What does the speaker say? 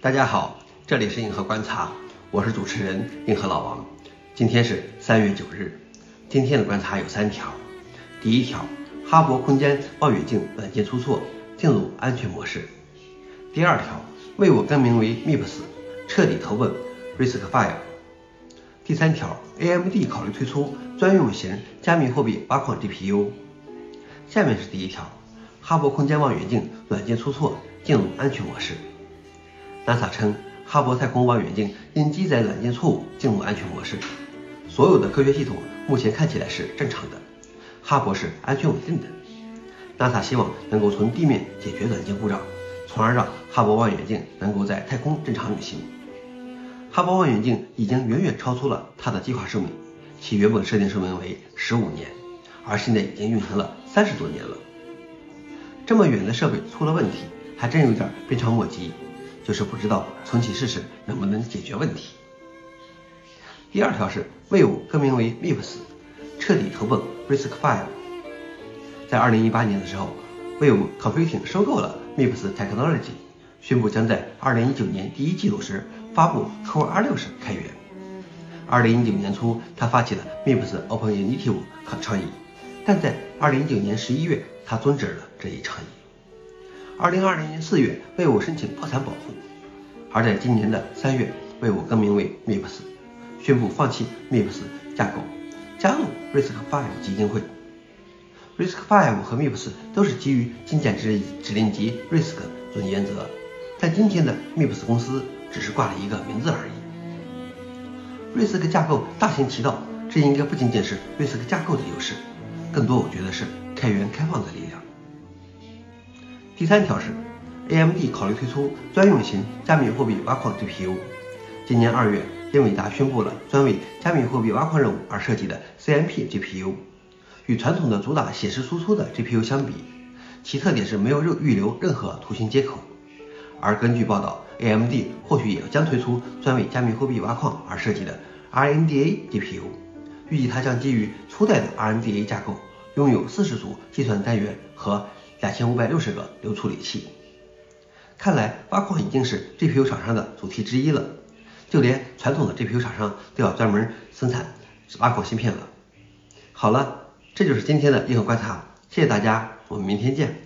大家好，这里是硬核观察，我是主持人硬核老王。今天是3月9日，今天的观察有3条。第一条，哈勃空间望远镜软件出错，进入安全模式。第二条，为我更名为 MIPS， 彻底投奔 RISC-V。第三条， AMD 考虑推出专用型加密货币挖矿 GPU。下面是第一条，哈勃空间望远镜软件出错，进入安全模式。NASA 称，哈勃太空望远镜因机载软件错误进入安全模式，所有的科学系统目前看起来是正常的，哈勃是安全稳定的。NASA 希望能够从地面解决软件故障，从而让哈勃望远镜能够在太空正常运行。哈勃望远镜已经远远超出了它的计划寿命，其原本设定寿命为15年，而现在已经运行了30多年了。这么远的设备出了问题，还真有点鞭长莫及，就是不知道重启试试能不能解决问题。第二条是为我更名为 MIPS， 彻底投奔 RISC-V。在2018年的时候，Wave Computing 收购了 MIPS Technology， 宣布将在2019年第一季度时发布 Core 260开源。2019年初，他发起了 MIPS Open Initiative 倡议，但在2019年11月，他终止了这一倡议。2020年4月，为我申请破产保护，而在今年的3月，为我更名为 MIPS， 宣布放弃 MIPS 架构，加入 RISC-V 基金会。RISC-V 和 MIPS 都是基于精简指令集 RISC 准原则，但今天的 MIPS 公司只是挂了一个名字而已。RISC 架构大行其道，这应该不仅仅是 RISC 架构的优势，更多我觉得是开源开放的力量。第三条是 AMD 考虑推出专用型加密货币挖矿 GPU。今年2月，英伟达宣布了专为加密货币挖矿任务而设计的 CMP GPU。与传统的主打显示输出的 GPU 相比，其特点是没有预留任何图形接口。而根据报道， AMD 或许也将推出专为加密货币挖矿而设计的 RNDA GPU， 预计它将基于初代的 RNDA 架构，拥有40组计算单元和2560个流处理器。看来挖矿已经是 GPU 厂商的主题之一了，就连传统的 GPU 厂商都要专门生产挖矿芯片了。好了，这就是今天的硬核观察，谢谢大家，我们明天见。